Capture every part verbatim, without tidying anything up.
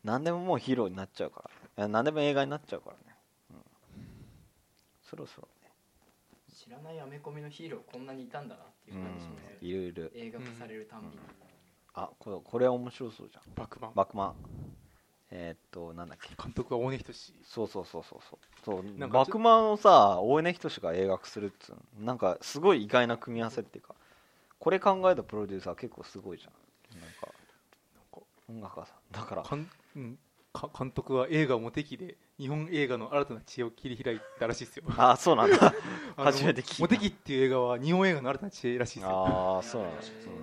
何でももうヒーローになっちゃうから、いや何でも映画になっちゃうからね、うん、そろそろね。 知らないアメコミのヒーローこんなにいたんだなっていう感じしますね、 うん、いるいる。 映画化されるたんびに、うん、 あ、これ、これは面白そうじゃん。 バクマンバクマンえー、っとなんだっけ、 監督は大根仁。 そうそうそうそうそうそう、 なんかバクマンをさ大根仁が映画化するっつうのなんかすごい意外な組み合わせっていうか、これ考えたプロデューサー結構すごいじゃん。なんか音楽家さんだからかん、うん、か監督は映画をモテ期で日本映画の新たな知恵を切り開いたらしいですよ。 ああそうなんだ初めて聞いた。 モテ期っていう映画は日本映画の新たな知恵らしいですよ。 ああそうなんだ、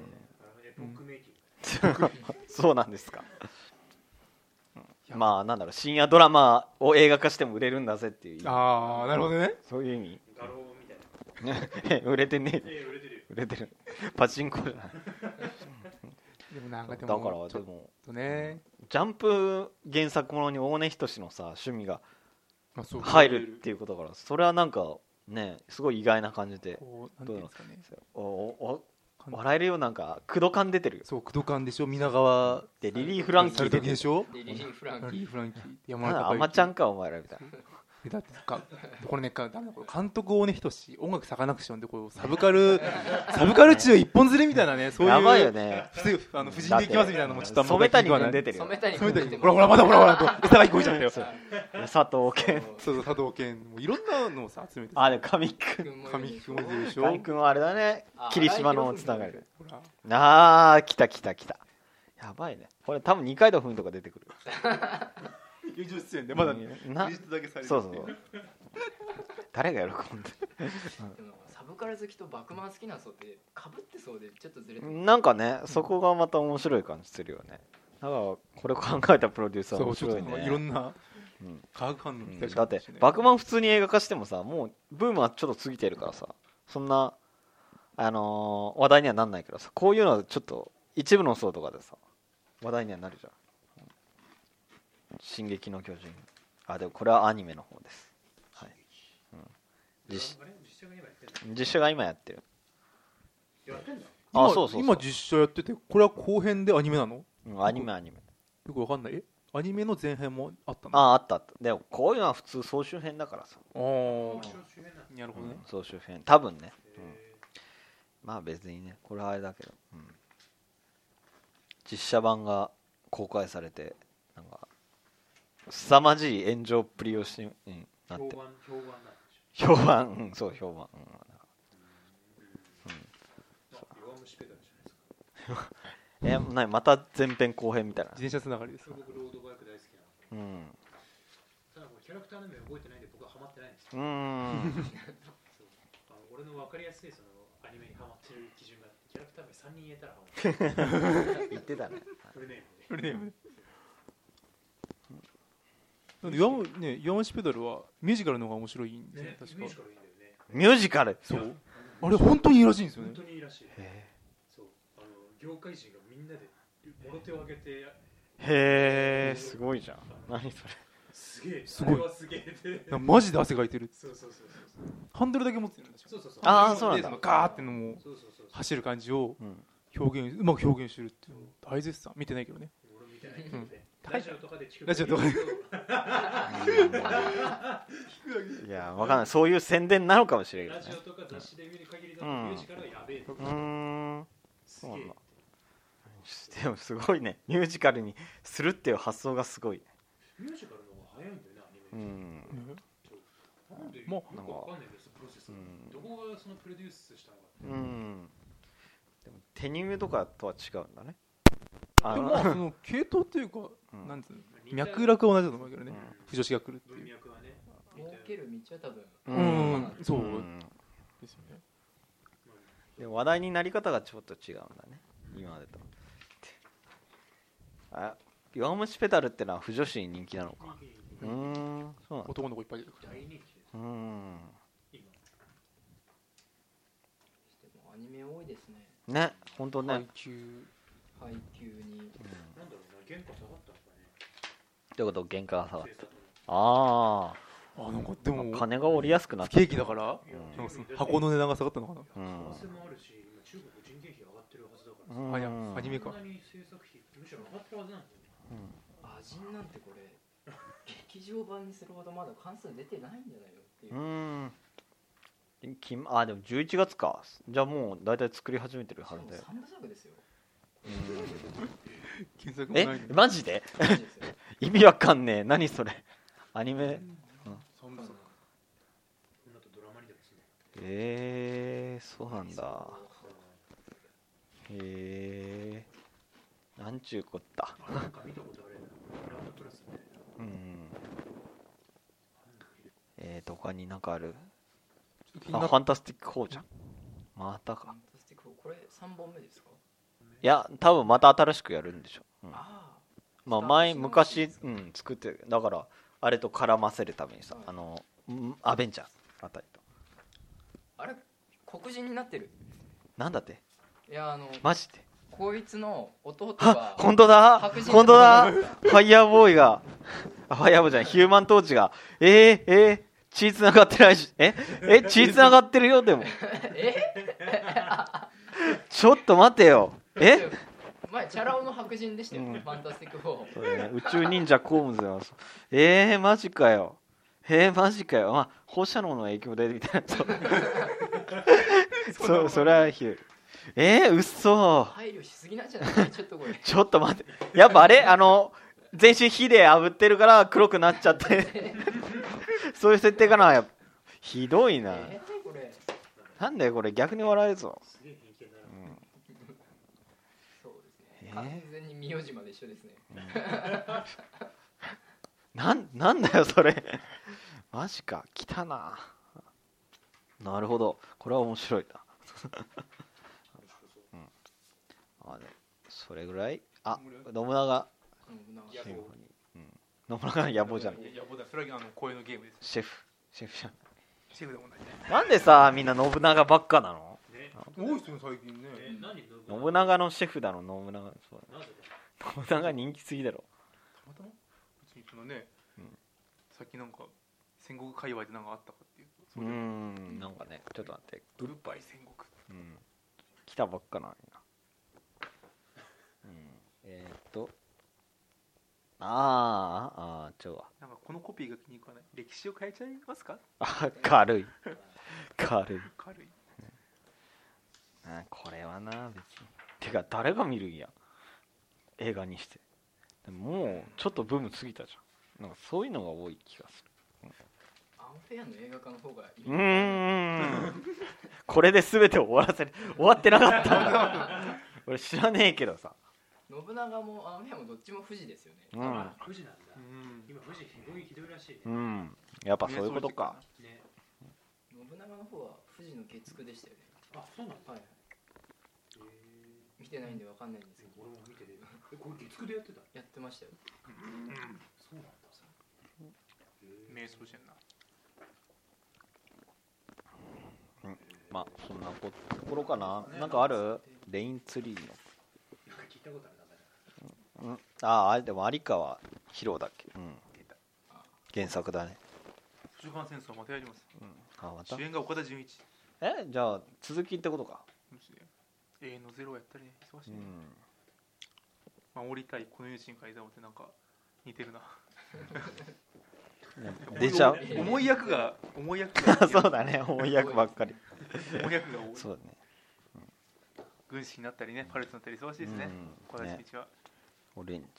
うん、 そうなんですか。まあなんだろう、深夜ドラマを映画化しても売れるんだぜっていう。 ああなるほどね、 そういう意味。画廊みたいな売れてねえ、売れてるパチンコじゃないでもなんかでもだからでもね、 ジャンプ原作ものに大根仁のさ趣味がまあそう入るっていうことだから、それはなんかねすごい意外な感じで、 こうなんていうんですかね、 おお笑えるよ。なんかクド感出てるよ。 そうクド感でしょ。皆川でリリー・フランキー出てるでしょ。 リリー・フランキー、 リリー・フランキー、 山中あまちゃんかお前らみたいな。 だってかこれねかダメだこれ監督大根仁、音楽サカナクションでこうサブカルサブカル中一本釣りみたいなね、そういうやばいよね。 あの婦人で行きますみたいなのもちょっとあんま染谷君出てるよ。 染谷君出てる。 ほらほらまだほらほらと餌が聞こえちゃったよ。 佐藤健。 そうそう佐藤健、もういろんなのをさ集めて。 あれ神木君。 神木君も出るでしょ。 神木君はあれだね。霧島のつながり。 ほらああ来た来た来た。やばいね。これ多分二階堂ふみとか出てくる。 友情出演でまだなクレジットだけされて。 そうそう誰が喜んででもサブカル好きとバクマン好きな層ってかぶってそうでちょっとずれてる。 なんかね、そこがまた面白い感じするよね。だからこれ考えたプロデューサー面白いね。 いろんなうん化学反応みたいな。 だってバクマン普通に映画化してもさ、もうブームはちょっと過ぎてるからさ、そんなあのー、話題にはなんないけどさ、こういうのはちょっと一部の層とかでさ話題にはなるじゃん。進撃の巨人。あ、でもこれはアニメの方です。はい。うん、実, 実写が今やってる。 やってんだ。 あ、そうそうそう。 今実写やってて、これは後編でアニメなの？ うん、アニメアニメ。 よくわかんない。え、アニメの前編もあったの？ あ、あったあった。でもこういうのは普通総集編だからさ。 ああ。なるほどね。 うん、総集編。多分ね。うん、まあ別にね、これはあれだけど、うん、実写版が公開されて、なんか凄まじい炎上っぷりをし、うん、なって。評判評判なんでしょ。評判、うん、そう評判。うん弱虫ペダルじゃないですか。え、なにまた前編後編みたいな。 自転車つながりですか。 僕ロードバイク大好きなの。うん。ただキャラクターの名覚えてないんで僕はハマってないんですよ。うーん。そう。あの俺の分かりやすいそのアニメにハマってる基準がキャラクター名さんにん言えたらハマってる。 言ってたね。 フルネームで。 フルネームで。岩ね、岩虫ペダルはミュージカルの方が面白いんですね、確か。 ミュージカルいいんだよね。 ミュージカル。 そう。あれ本当にいいらしいんですよね。 本当にいいらしい。そう。あの業界人がみんなでもろ手を挙げて。 へえ、すごいじゃん。何それ。 すげえ。 すごい。 すげえ。 マジで汗かいてる。 そうそうそうそう。 ハンドルだけ持ってるんだ。 そうそうそう。 ああ、そうなんだ。 ガーってのも走る感じを表現、うまく表現してるっていう大絶賛。見てないけどね。 俺見てないけどね。ラジオとかで聞く。 ラジオとかで。 いや、わかんない。そういう宣伝なのかもしれない。 ラジオとか雑誌で見る限りだとミュージカルはやべえ。 うーん。そうなんだ。でもすごいね。ミュージカルにするっていう発想がすごい。 ミュージカルの方が早いんだよね、アニメ。うん。なんでよくわかんないですプロセス。どこがそのプロデュースしたのか。うん。 でもテニムとかとは違うんだね。 でもその系統っていうか、なんつうの、脈絡は同じだと思うけどね。不女子が来るっていう。 文脈はね。儲ける道は多分。 うん。そうですよね。 でも話題になり方がちょっと違うんだね。今までと。あ、弱虫ペダルってのは不女子に人気なのか。うーん、そうなんだ。 男の子いっぱい出てくる。 大人気です。 うーん。 アニメ多いですね。 ね、本当ね。 配給、 配給に。 なんだろうな、原価下がったのかね。 ということ原価が下がった。ああ。あ、なんかでも金が折りやすくなった。 不景気だから、箱の値段が下がったのかな。 為替もあるし、今中国人件費上がってるはずだから。 アニメか。 そんなに制作費むしろ上がってるはずなんだよね。 あ、 魔人なんてこれ劇場版にするほどまだ関数出てないんじゃないのっていうう。 ーんきあでもじゅういちがつか。じゃあもう大体作り始めてるはずだよ。 さんぶ作ですよ。 検索もないえマジでマジですよ。 意味わかんねえ。何それアニメ。 そんなこの後ドラマにでもするね。 えー、そうなんだ。へえなんちゅうこった。 あなんか見たことあるな。ランドプラスみたいな。 うんえーと他になんかある。 気になっあファンタスティックフォーじゃん。またか。 ファンタスティックフォーこれさんぼんめですか？ いや多分また新しくやるんでしょ、うん、 あまあ前昔、うん、作ってるだからあれと絡ませるためにさ、 はいあのんアベンジャーズあたりとあ。あれ黒人になってる。 なんだっていやあのマジでこいつの弟はが本当だ白人本当だのファイヤーボーイがあファイヤーボーイじゃないヒューマントーチがえー、えー、血つながってないしええ血つながってるよでもえちょっと待てよえ前チャラ男の白人でしたよ、 うんファンタスティックフォー。 それね宇宙忍者コームズのえー、マジかよえー、マジかよまあ放射能の影響でみたいなそそれはヒューえー、うっそ配慮しすぎなんじゃないちょっとこれ。 ちょっと待ってやっぱあれあの全身火で炙ってるから黒くなっちゃってそういう設定かなやっぱひどいな、 えー、これ。 なんだよこれ逆に笑えるぞ、 すげえ偏見だな。 そうですね。 えー完全に名字まで一緒ですね。 なんなんだよそれマジか来たななるほどこれは面白いな、うん、あでそれぐらいあ信長信長野望シンフォニー、うん、信長の野望じゃないいや僕はそれはあの声のゲームです。 シェフシェフじゃんシェフでもないね。 なんでさみんな信長ばっかなのね多いですよ最近ね。 え何信信長のシェフだろ信長そうなぜ信長人気すぎだろたまたまうちにそのね、 うんさっきなんか戦国界隈で何かあったかっていうとうーそうでもんなんかねちょっと待ってグループ愛戦国うん来たばっかなのになうんえー、っとあーあーちょなんかこのコピーが気に食わない。歴史を変えちゃいますか？ あ軽い軽い軽い。 あこれはな別にてか誰が見るんや映画にしてでももうちょっとブーム過ぎたじゃんなんかそういうのが多い気がすアンフェアの映画化の方がいい。 るうーんこれで全てを終わらせる終わってなかったんだ俺知らねえけどさ信長もアンフェアもどっちも富士ですよね。 うんあ富士なんだ。 うん。 今富士ひどいひどいらしいね。 うんやっぱそういうことかね。 信長の方は富士の月9でしたよね。 あそうなんだ。 はい。 へ見てないんでわかんないんですけえ。 ど。 俺も見てる。えこれ月九でやってた。 やってましたよ。 そうなんだ。へ瞑想してんな。 まあそんなところかななんかあるレインツリーのえ。なんか聞いたことある名前だ。 うん、あああれでも有川博だっけ、うん、原作だね、 図書館戦争またやります。 うん、あまた主演が岡田准一。 えじゃあ続きってことか、 永遠のゼロをやったりね、忙しいね。 う守りたいこの友人会だってなんか似てるな。 ん、出ちゃう重い役が重い役がそうだね重い役ばっかり重い役が多い。 そうだね軍師になったりね、パレットになったり忙しいですね。 うん岡田准一は。 オレンジ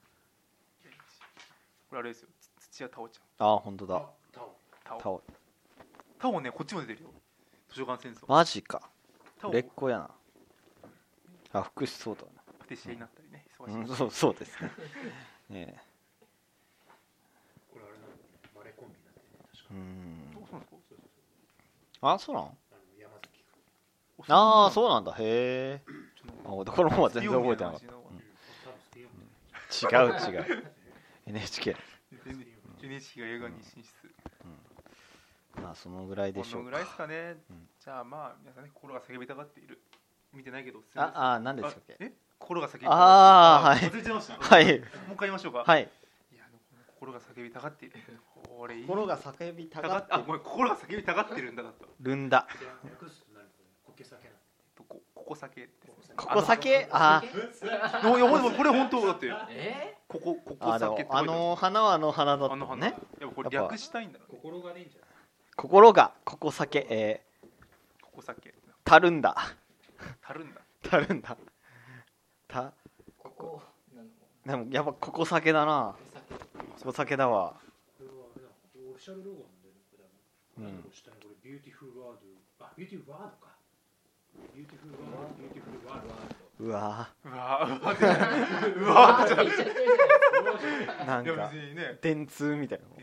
これあれですよ。つ土屋太鳳ちあ本当だあタオ。 ゃん。太タオ鳳。太鳳ね、こっちも出てるよ。図書館戦争。 マジか太鳳売れっ子やなあ福士そうだパティシエになったりね、忙な、うん、 しい。 そうそうですねねこれあれなんだね。マレコンビになってるね確か。 えうんそうそうそうそうそうそう。 あそうなんあの山崎君。 ああそうなんだへえちょっとあ男の方は全然覚えてなかったスピオンみたいな話の多分スピンオフ。 違う違う エヌエイチケーエヌエイチケー が映画に進出。 まあそのぐらいでこしょうかのぐらいですかねうん。 じゃあまあ皆さんね、心が叫びたがっている。見てないけどおすすめです。 ああ何でしたっけあえ心が叫びたあがあはい忘れてました。 はいもう一回言いましょうか。 はいいやあの心が叫びたがっている。これいい。 心が叫びたたがってがっあごめん心が叫びたがってるんだだと。 るんだじゃあ略すとなるとね、こけさけな。 こここ酒ってここ酒あいやいやこれ本当だってえここここあでも酒って書いてあるあの花はあの花だったあの花もんねやっぱこれ略したいんだろうね心がねえんじゃない心がここ酒えここ酒ー、たるんだたるんだたるんだたここなのでもやっぱここ酒だな酒ここ酒だわこれはあれだオフィシャルロゴなんだよねこれ多分うん下にこれビューティフルワードあビューティフルワードかビューティフルワードビューティフルワードうわうわーうわーうわーあー言っちゃってるじゃないですかなんか別にね電通みたいな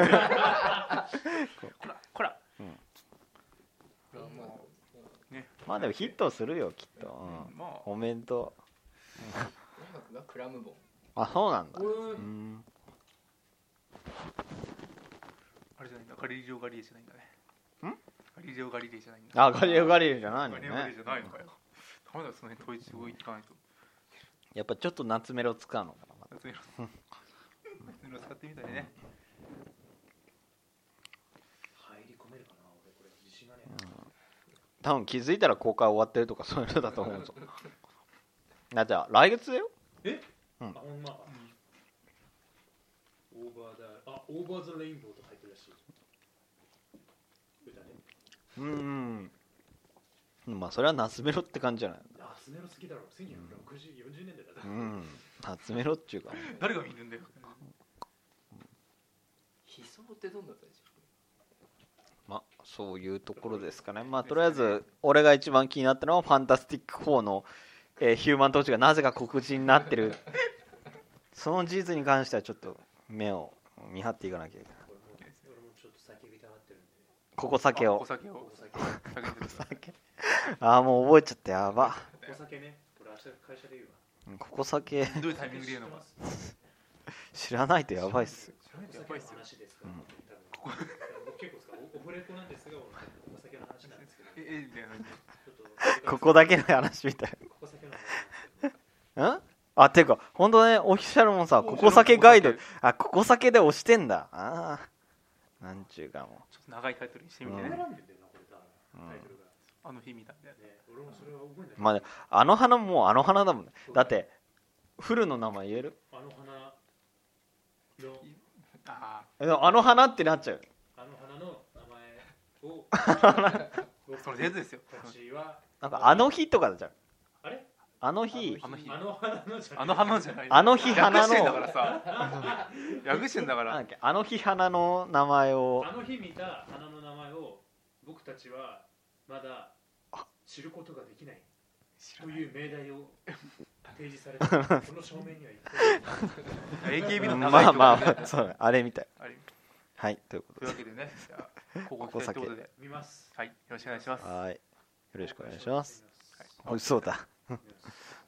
こらこらまあまあまあでもヒットするよきっと、うん、 まあおめでと音楽がクラムボンうあそうなんだううんあれじゃないんだガリレオ・ガリレイじゃないんだねんガリレオ・ガリレイじゃないんだあガリレオガリレオじゃないのガリレオ・ガリレイねじゃないのかよダメだその辺統一をいかないとやっぱちょっと夏メロ使うのかな夏色夏色使ってみたいね入り込めるかな俺これ自信がねえな多分気づいたら公開終わってるとかそういうのだと思うぞあじゃあ来月だよえうんあほんまオーバーダあオーバーザレインボーと入ってるらしい歌ねうんうんまあそれは夏メロって感じじゃないあスネロ好きだろせんきゅうひゃくろくじゅう、よんじゅうねんだいだうん夏メロっちゅうか誰が見るんだよ悲壮ってどんな歌でしょまあそういうところですかねまあとりあえず俺が一番気になったのはファンタスティックフォーの、えーヒューマントーチがなぜか黒人になってるその事実に関してはちょっと目を見張っていかなきゃいけない俺も俺もちょっと酒びたがってるんでここ酒をお酒をお酒酒にする酒ああもう覚えちゃったやばお酒ね俺明日会社で言うわここ酒どういうタイミングで言うのか知らないとやばいっすよ知らないとお酒のやばいっすよ話ですか、多分僕結構ですかおオフレコなんですがお酒の話なんですけどええみたいなちょっとここだけの話みたいここ酒の話なんですけどな。んあ、ていうか、ほんとね、オフィシャルもさ、ここ酒ガイド、あ、ここ酒で押してんだ。ああ。なんちゅうかもちょっと長いタイトルにしてみてうんね選んでんだよなこれ多分タイトルがあの日みたいなね俺もそれは覚えない、 う。まあ、あの花ももうあの花だもんね。だって、フルの名前言えるあの花のあえでもあの花ってなっちゃうよ。 あの花の名前をあそれでですよたちはなんか、あの日とかだじゃん。 あれあの日、 あの日あの花のじゃあの花じゃないあの日花略してんだかの、 らさ略してんだからなんだっけ、あの日花の名前をあ、の日見た花の名前を僕たちはまだ知ることができないという命題を提示されたこの正面には一体エーケービー の長いまあま曲であ、そうだね、あれみたい。 あれはい、ということというわけでねじゃあここ来たいってことで見ますはいよろしくお願いしますで。はい。よろしくお願いします。 はい美味しそうだ。 見ます